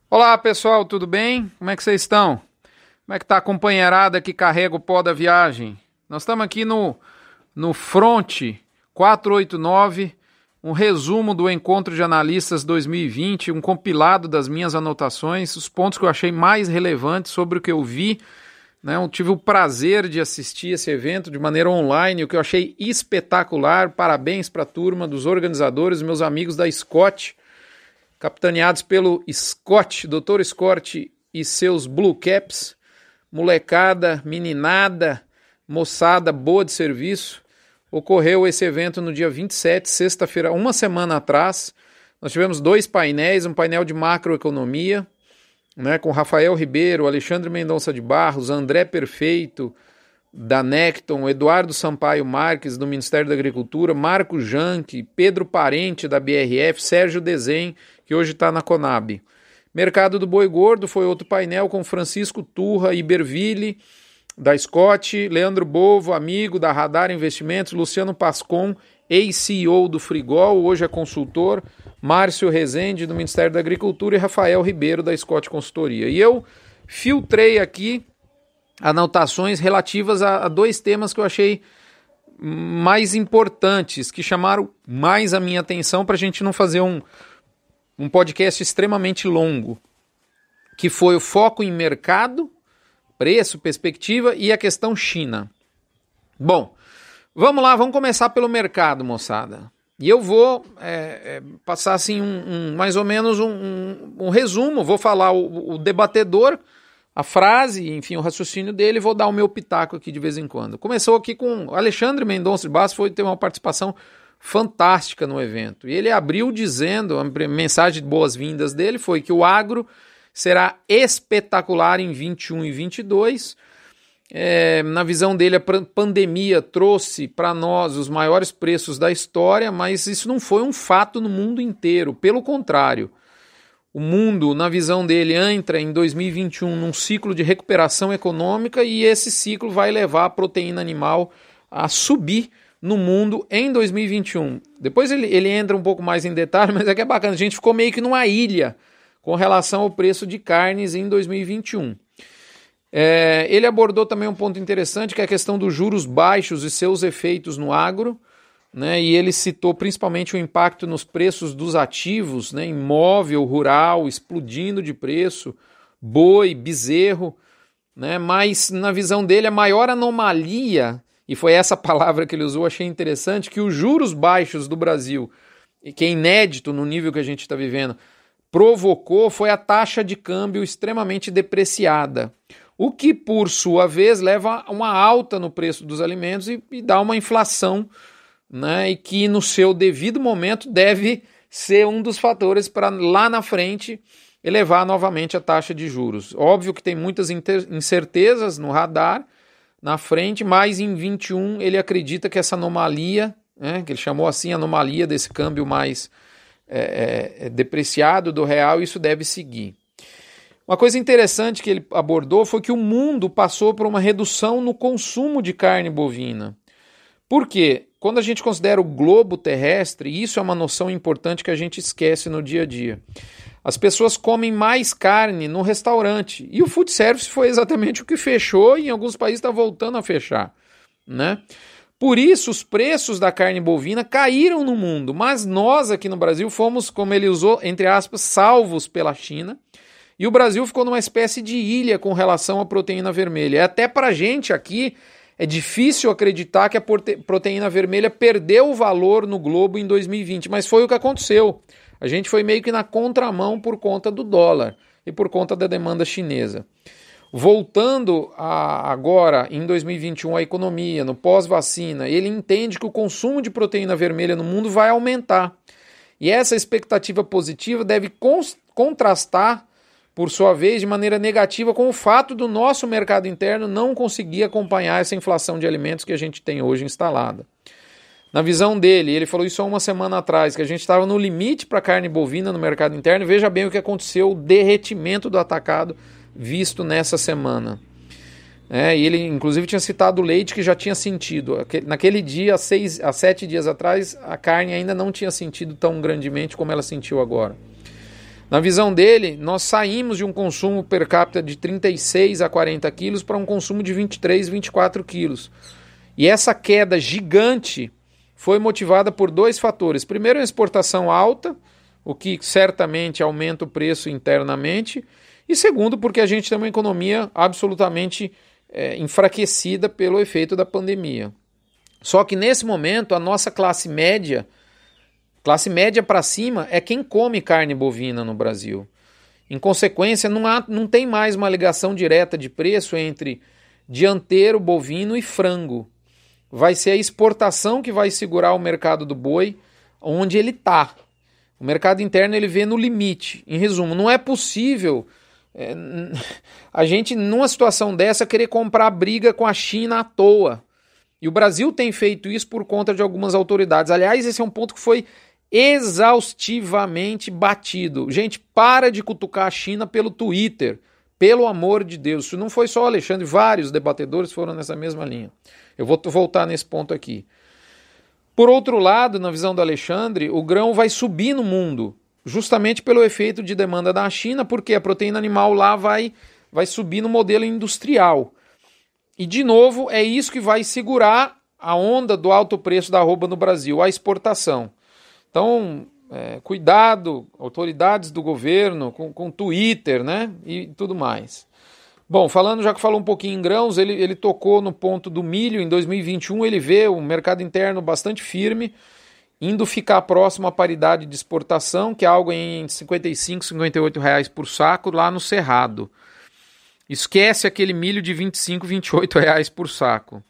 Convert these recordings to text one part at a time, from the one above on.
Olá pessoal, tudo bem? Como é que vocês estão? Como é que tá a companheirada que carrega o pó da viagem? Nós estamos aqui no Front 489, um resumo do Encontro de Analistas 2020, um compilado das minhas anotações, os pontos que eu achei mais relevantes sobre o que eu vi. Eu tive o prazer de assistir esse evento de maneira online, o que eu achei espetacular. Parabéns para a turma dos organizadores, meus amigos da Scott, capitaneados pelo Scott, Dr. Scott e seus Blue Caps, molecada, meninada, moçada boa de serviço. Ocorreu esse evento no dia 27, sexta-feira, uma semana atrás. Nós tivemos 2 painéis, um painel de macroeconomia, com Rafael Ribeiro, Alexandre Mendonça de Barros, André Perfeito, da Necton, Eduardo Sampaio Marques, do Ministério da Agricultura, Marco Janck, Pedro Parente, da BRF, Sérgio Desen, que hoje está na Conab. Mercado do Boi Gordo foi outro painel com Francisco Turra, Iberville, da Scott, Leandro Bovo, amigo da Radar Investimentos, Luciano Pascon, ex-CEO do Frigol, hoje é consultor, Márcio Rezende, do Ministério da Agricultura, e Rafael Ribeiro, da Scott Consultoria. E eu filtrei aqui anotações relativas a 2 temas que eu achei mais importantes, que chamaram mais a minha atenção para a gente não fazer um podcast extremamente longo, que foi o foco em mercado, preço, perspectiva e a questão China. Bom, vamos lá, vamos começar pelo mercado, moçada. E eu vou passar assim mais ou menos um resumo, vou falar o debatedor, a frase, enfim, o raciocínio dele, e vou dar o meu pitaco aqui de vez em quando. Começou aqui com Alexandre Mendonça de Barros, ter uma participação fantástica no evento. E ele abriu dizendo, a mensagem de boas-vindas dele foi que o agro será espetacular em 21 e 22. Na visão dele, a pandemia trouxe para nós os maiores preços da história, mas isso não foi um fato no mundo inteiro. Pelo contrário, o mundo, na visão dele, entra em 2021 num ciclo de recuperação econômica e esse ciclo vai levar a proteína animal a subir no mundo em 2021. Depois ele entra um pouco mais em detalhe, mas é que é bacana. A gente ficou meio que numa ilha com relação ao preço de carnes em 2021. Ele abordou também um ponto interessante, que é a questão dos juros baixos e seus efeitos no agro, e ele citou principalmente o impacto nos preços dos ativos, imóvel, rural, explodindo de preço, boi, bezerro, mas na visão dele a maior anomalia, e foi essa palavra que ele usou, achei interessante, que os juros baixos do Brasil, que é inédito no nível que a gente está vivendo, provocou foi a taxa de câmbio extremamente depreciada, o que por sua vez leva a uma alta no preço dos alimentos e dá uma inflação, e que no seu devido momento deve ser um dos fatores para lá na frente elevar novamente a taxa de juros. Óbvio que tem muitas incertezas no radar na frente, mas em 21 ele acredita que essa anomalia, que ele chamou assim anomalia desse câmbio mais depreciado do real, isso deve seguir. Uma coisa interessante que ele abordou foi que o mundo passou por uma redução no consumo de carne bovina. Por quê? Quando a gente considera o globo terrestre, isso é uma noção importante que a gente esquece no dia a dia. As pessoas comem mais carne no restaurante. E o food service foi exatamente o que fechou e em alguns países está voltando a fechar. Por isso, os preços da carne bovina caíram no mundo. Mas nós aqui no Brasil fomos, como ele usou, entre aspas, salvos pela China. E o Brasil ficou numa espécie de ilha com relação à proteína vermelha. Até para a gente aqui é difícil acreditar que a proteína vermelha perdeu o valor no globo em 2020, mas foi o que aconteceu. A gente foi meio que na contramão por conta do dólar e por conta da demanda chinesa. Voltando agora, em 2021, a economia, no pós-vacina, ele entende que o consumo de proteína vermelha no mundo vai aumentar. E essa expectativa positiva deve contrastar, por sua vez, de maneira negativa com o fato do nosso mercado interno não conseguir acompanhar essa inflação de alimentos que a gente tem hoje instalada. Na visão dele, ele falou isso há uma semana atrás, que a gente estava no limite para carne bovina no mercado interno, e veja bem o que aconteceu, o derretimento do atacado visto nessa semana. E ele inclusive tinha citado o leite, que já tinha sentido. Naquele dia, há 7 dias atrás, a carne ainda não tinha sentido tão grandemente como ela sentiu agora. Na visão dele, nós saímos de um consumo per capita de 36 a 40 quilos para um consumo de 23, 24 quilos. E essa queda gigante foi motivada por dois fatores. Primeiro, a exportação alta, o que certamente aumenta o preço internamente. E segundo, porque a gente tem uma economia absolutamente enfraquecida pelo efeito da pandemia. Só que nesse momento, a nossa classe média para cima, é quem come carne bovina no Brasil. Em consequência, não tem mais uma ligação direta de preço entre dianteiro, bovino e frango. Vai ser a exportação que vai segurar o mercado do boi onde ele está. O mercado interno ele vê no limite. Em resumo, não é possível a gente, numa situação dessa, querer comprar briga com a China à toa. E o Brasil tem feito isso por conta de algumas autoridades. Aliás, esse é um ponto que foi exaustivamente batido. Gente, para de cutucar a China pelo Twitter. Pelo amor de Deus. Isso não foi só o Alexandre, vários debatedores foram nessa mesma linha. Eu vou voltar nesse ponto aqui. Por outro lado, na visão do Alexandre, o grão vai subir no mundo, justamente pelo efeito de demanda da China, porque a proteína animal lá vai subir no modelo industrial. E, de novo, é isso que vai segurar a onda do alto preço da arroba no Brasil, a exportação. Então, cuidado, autoridades do governo, com Twitter, né, e tudo mais. Bom, já que falou um pouquinho em grãos, ele tocou no ponto do milho. Em 2021 ele vê o mercado interno bastante firme, indo ficar próximo à paridade de exportação, que é algo em R$ 55, R$ 58 reais por saco lá no Cerrado. Esquece aquele milho de R$ 25, R$ 28 reais por saco.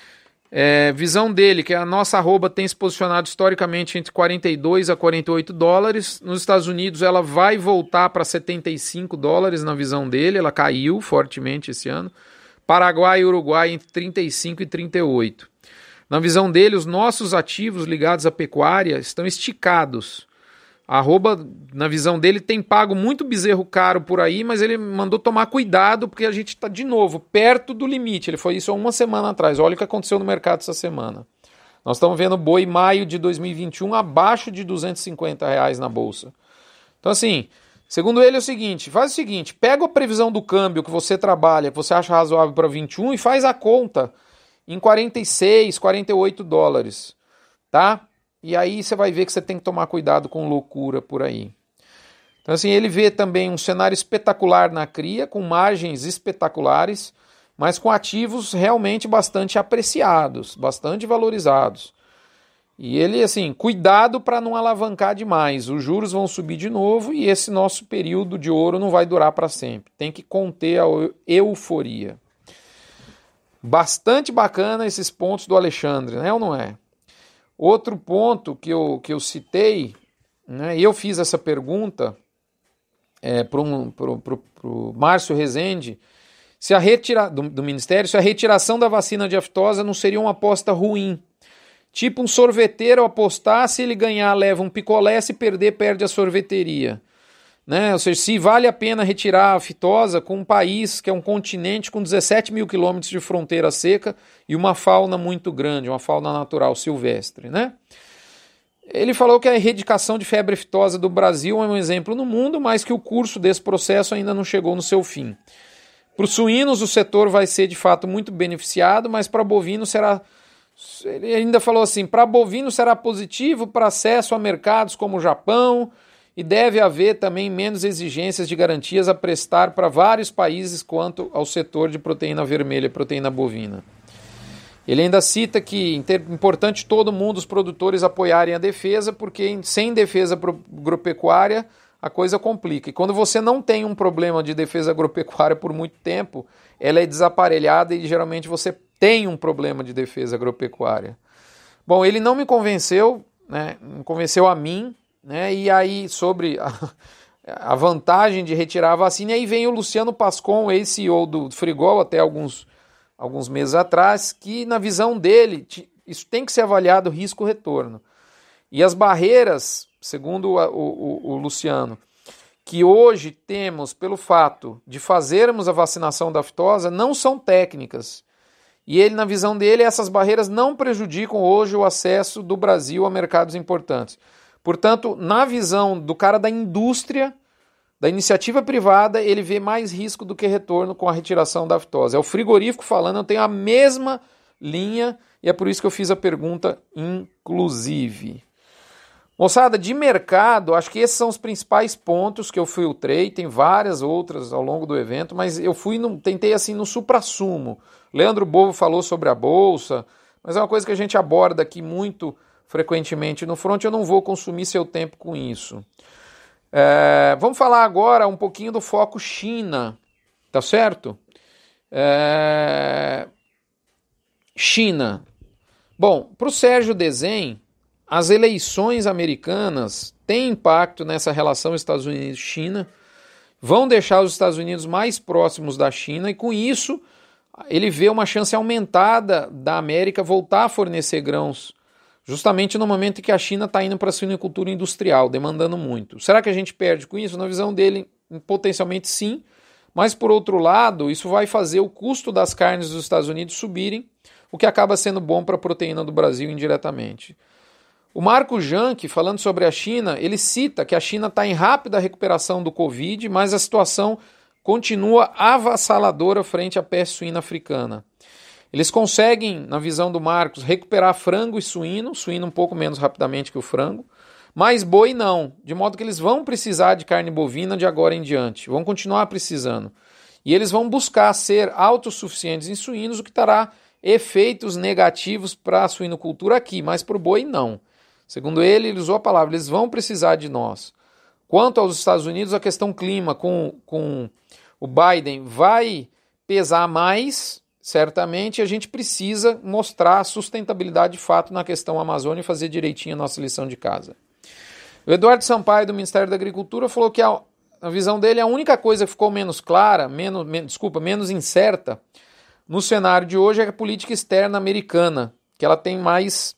Visão dele, que a nossa arroba tem se posicionado historicamente entre 42 a 48 dólares. Nos Estados Unidos ela vai voltar para 75 dólares na visão dele, ela caiu fortemente esse ano. Paraguai e Uruguai entre 35 e 38. Na visão dele, os nossos ativos ligados à pecuária estão esticados. A arroba, na visão dele, tem pago muito bezerro caro por aí, mas ele mandou tomar cuidado porque a gente está, de novo, perto do limite. Ele foi isso há uma semana atrás. Olha o que aconteceu no mercado essa semana. Nós estamos vendo boi maio de 2021 abaixo de R$ 250 reais na bolsa. Então, assim, segundo ele é o seguinte, faz o seguinte, pega a previsão do câmbio que você trabalha, que você acha razoável para 21 e faz a conta em 46, 48 dólares, tá? E aí você vai ver que você tem que tomar cuidado com loucura por aí. Então, assim, ele vê também um cenário espetacular na cria, com margens espetaculares, mas com ativos realmente bastante apreciados, bastante valorizados. E ele, assim, cuidado para não alavancar demais. Os juros vão subir de novo e esse nosso período de ouro não vai durar para sempre. Tem que conter a euforia. Bastante bacana esses pontos do Alexandre, né, ou não é? Outro ponto que eu citei, né, e eu fiz essa pergunta para o Márcio Rezende, se do Ministério, se a retiração da vacina de aftosa não seria uma aposta ruim. Tipo um sorveteiro apostar, se ele ganhar leva um picolé, se perder perde a sorveteria. Né? Ou seja, se vale a pena retirar a aftosa com um país que é um continente com 17 mil quilômetros de fronteira seca e uma fauna muito grande, uma fauna natural silvestre. Né? Ele falou que a erradicação de febre aftosa do Brasil é um exemplo no mundo, mas que o curso desse processo ainda não chegou no seu fim. Para os suínos o setor vai ser de fato muito beneficiado, mas para bovino será... Ele ainda falou assim, para bovino será positivo para acesso a mercados como o Japão, e deve haver também menos exigências de garantias a prestar para vários países quanto ao setor de proteína vermelha e proteína bovina. Ele ainda cita que é importante todo mundo, os produtores, apoiarem a defesa, porque sem defesa agropecuária a coisa complica. E quando você não tem um problema de defesa agropecuária por muito tempo, ela é desaparelhada e geralmente você tem um problema de defesa agropecuária. Bom, ele não me convenceu, né, me convenceu a mim, né, e aí sobre a vantagem de retirar a vacina, e aí vem o Luciano Pascon, ex-CEO do Frigol até alguns meses atrás, que na visão dele isso tem que ser avaliado risco-retorno. E as barreiras, segundo o Luciano, que hoje temos pelo fato de fazermos a vacinação da aftosa não são técnicas. E ele, na visão dele, essas barreiras não prejudicam hoje o acesso do Brasil a mercados importantes. Portanto, na visão do cara da indústria, da iniciativa privada, ele vê mais risco do que retorno com a retiração da aftosa. É o frigorífico falando, eu tenho a mesma linha e é por isso que eu fiz a pergunta inclusive. Moçada, de mercado, acho que esses são os principais pontos que eu filtrei, tem várias outras ao longo do evento, mas eu tentei assim no suprassumo. Leandro Bovo falou sobre a Bolsa, mas é uma coisa que a gente aborda aqui muito frequentemente no Front, eu não vou consumir seu tempo com isso. Vamos falar agora um pouquinho do foco China, tá certo? China. Bom, para o Sérgio Desen, as eleições americanas têm impacto nessa relação Estados Unidos-China, vão deixar os Estados Unidos mais próximos da China e com isso ele vê uma chance aumentada da América voltar a fornecer grãos, justamente no momento em que a China está indo para a suinocultura industrial, demandando muito. Será que a gente perde com isso? Na visão dele, potencialmente sim, mas por outro lado, isso vai fazer o custo das carnes dos Estados Unidos subirem, o que acaba sendo bom para a proteína do Brasil indiretamente. O Marco Janck, falando sobre a China, ele cita que a China está em rápida recuperação do Covid, mas a situação continua avassaladora frente à peste suína africana. Eles conseguem, na visão do Marcos, recuperar frango e suíno um pouco menos rapidamente que o frango, mas boi não, de modo que eles vão precisar de carne bovina de agora em diante, vão continuar precisando. E eles vão buscar ser autossuficientes em suínos, o que terá efeitos negativos para a suinocultura aqui, mas para o boi não. Segundo ele usou a palavra, eles vão precisar de nós. Quanto aos Estados Unidos, a questão clima com o Biden vai pesar mais, certamente, a gente precisa mostrar a sustentabilidade de fato na questão Amazônia e fazer direitinho a nossa lição de casa. O Eduardo Sampaio, do Ministério da Agricultura, falou que a visão dele, a única coisa que ficou menos clara, menos incerta, no cenário de hoje é a política externa americana, que ela tem mais,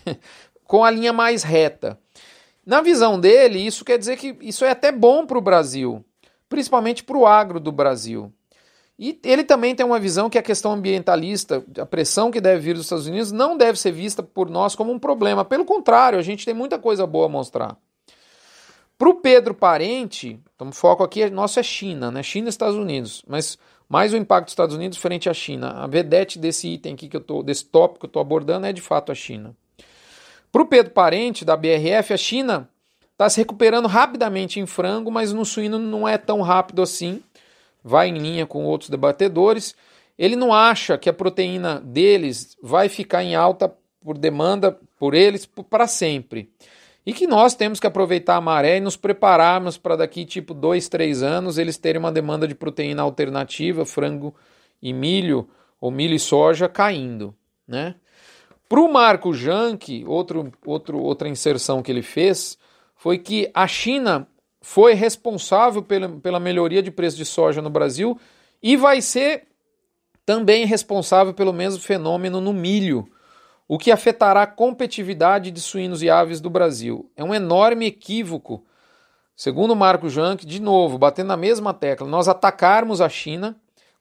com a linha mais reta. Na visão dele, isso quer dizer que isso é até bom para o Brasil, principalmente para o agro do Brasil. E ele também tem uma visão que a questão ambientalista, a pressão que deve vir dos Estados Unidos, não deve ser vista por nós como um problema. Pelo contrário, a gente tem muita coisa boa a mostrar. Para o Pedro Parente, então o foco aqui nosso é China, né? China e Estados Unidos, mas mais o impacto dos Estados Unidos frente à China. A vedete desse item aqui, desse tópico que eu estou abordando é de fato a China. Para o Pedro Parente, da BRF, a China está se recuperando rapidamente em frango, mas no suíno não é tão rápido assim, vai em linha com outros debatedores. Ele não acha que a proteína deles vai ficar em alta por demanda por eles para sempre. E que nós temos que aproveitar a maré e nos prepararmos para daqui 2, 3 anos eles terem uma demanda de proteína alternativa, frango e milho, ou milho e soja caindo, né? Para o Marco Janck, outra inserção que ele fez, foi que a China foi responsável pela melhoria de preço de soja no Brasil e vai ser também responsável pelo mesmo fenômeno no milho, o que afetará a competitividade de suínos e aves do Brasil. É um enorme equívoco, segundo o Marco Janck, de novo, batendo na mesma tecla, nós atacarmos a China,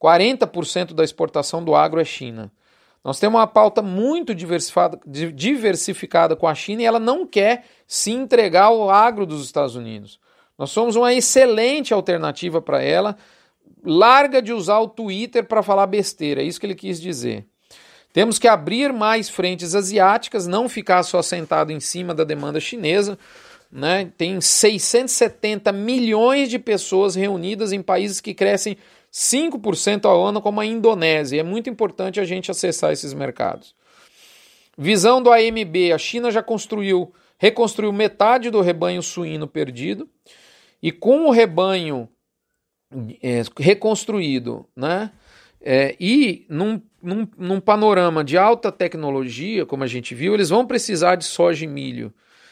40% da exportação do agro é China. Nós temos uma pauta muito diversificada com a China e ela não quer se entregar ao agro dos Estados Unidos. Nós somos uma excelente alternativa para ela. Larga de usar o Twitter para falar besteira, é isso que ele quis dizer. Temos que abrir mais frentes asiáticas, não ficar só sentado em cima da demanda chinesa, né? Tem 670 milhões de pessoas reunidas em países que crescem 5% ao ano, como a Indonésia. É muito importante a gente acessar esses mercados. Visão do AMB, a China já reconstruiu metade do rebanho suíno perdido, e com o rebanho reconstruído, né? E num panorama de alta tecnologia, como a gente viu, eles vão precisar de soja e milho.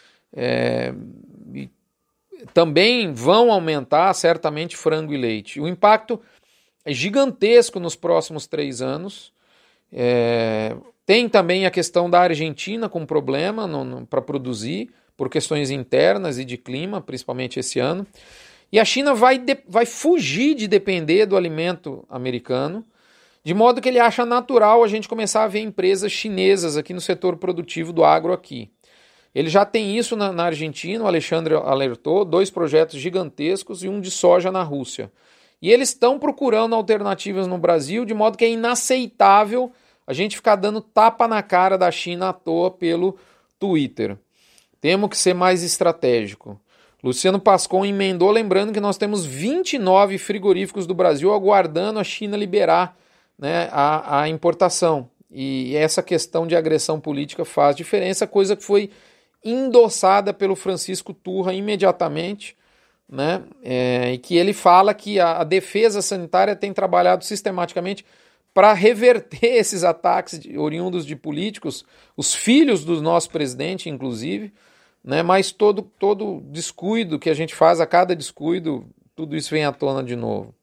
E também vão aumentar certamente frango e leite. O impacto é gigantesco nos próximos 3 anos. Tem também a questão da Argentina com problema para produzir, por questões internas e de clima, principalmente esse ano. E a China vai fugir de depender do alimento americano, de modo que ele acha natural a gente começar a ver empresas chinesas aqui no setor produtivo do agro aqui. Ele já tem isso na Argentina, o Alexandre alertou, 2 projetos gigantescos e um de soja na Rússia. E eles estão procurando alternativas no Brasil, de modo que é inaceitável a gente ficar dando tapa na cara da China à toa pelo Twitter. Temos que ser mais estratégico. Luciano Pascon emendou lembrando que nós temos 29 frigoríficos do Brasil aguardando a China liberar, né, a importação. E essa questão de agressão política faz diferença, coisa que foi endossada pelo Francisco Turra imediatamente, né, e que ele fala que a defesa sanitária tem trabalhado sistematicamente para reverter esses ataques oriundos de políticos, os filhos do nosso presidente, inclusive, né, mas todo descuido que a gente faz, a cada descuido, tudo isso vem à tona de novo.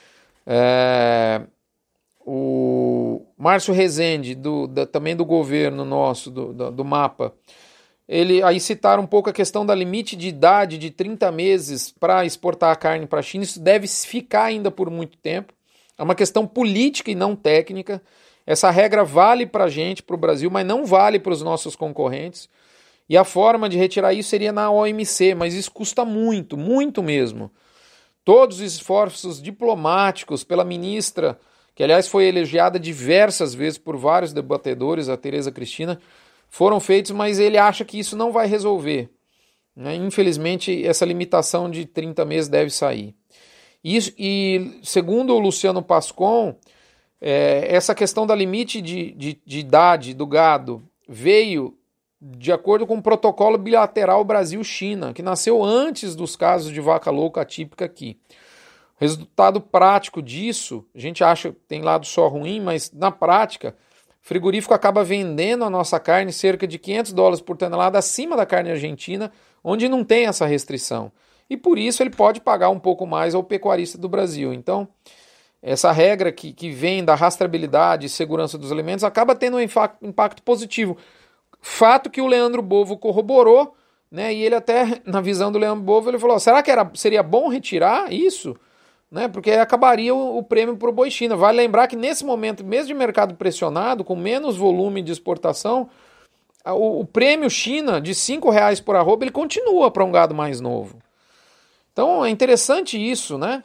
O Márcio Rezende, também do governo nosso, do MAPA, ele aí citaram um pouco a questão da limite de idade de 30 meses para exportar a carne para a China. Isso deve ficar ainda por muito tempo. É uma questão política e não técnica. Essa regra vale para a gente, para o Brasil, mas não vale para os nossos concorrentes. E a forma de retirar isso seria na OMC, mas isso custa muito, muito mesmo. Todos os esforços diplomáticos pela ministra, que aliás foi elogiada diversas vezes por vários debatedores, a Tereza Cristina, foram feitos, mas ele acha que isso não vai resolver, né? Infelizmente, essa limitação de 30 meses deve sair. E segundo o Luciano Pascon, essa questão da limite de idade do gado veio de acordo com o protocolo bilateral Brasil-China, que nasceu antes dos casos de vaca louca atípica aqui. O resultado prático disso, a gente acha que tem lado só ruim, mas na prática, o frigorífico acaba vendendo a nossa carne cerca de $500 por tonelada acima da carne argentina, onde não tem essa restrição. E por isso ele pode pagar um pouco mais ao pecuarista do Brasil. Então, essa regra que vem da rastreabilidade e segurança dos alimentos acaba tendo um impacto positivo. Fato que o Leandro Bovo corroborou, né? E ele até, na visão do Leandro Bovo, ele falou, será que seria bom retirar isso? Né? Porque acabaria o prêmio para o boi China. Vale lembrar que nesse momento, mesmo de mercado pressionado, com menos volume de exportação, o prêmio China de R$5 por arroba, ele continua para um gado mais novo. Então é interessante isso, né?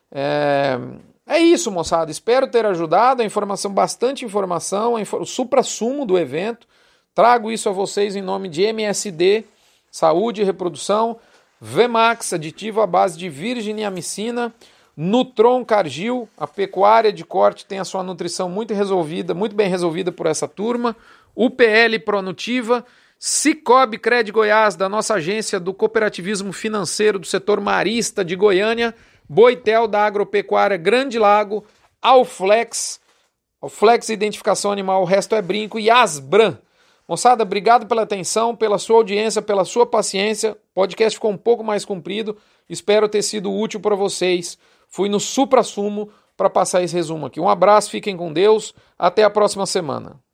É isso, moçada. Espero ter ajudado. Bastante informação, o suprassumo do evento. Trago isso a vocês em nome de MSD, Saúde e Reprodução, Vemax, aditivo à base de virginiamicina, Nutron Cargill, a pecuária de corte tem a sua nutrição muito bem resolvida por essa turma, UPL Pronutiva, Cicobi Cred Goiás, da nossa agência do cooperativismo financeiro do setor marista de Goiânia, Boitel da Agropecuária Grande Lago, Alflex Identificação Animal, o resto é brinco, e Asbran. Moçada, obrigado pela atenção, pela sua audiência, pela sua paciência. O podcast ficou um pouco mais comprido. Espero ter sido útil para vocês. Fui no suprassumo para passar esse resumo aqui. Um abraço, fiquem com Deus. Até a próxima semana.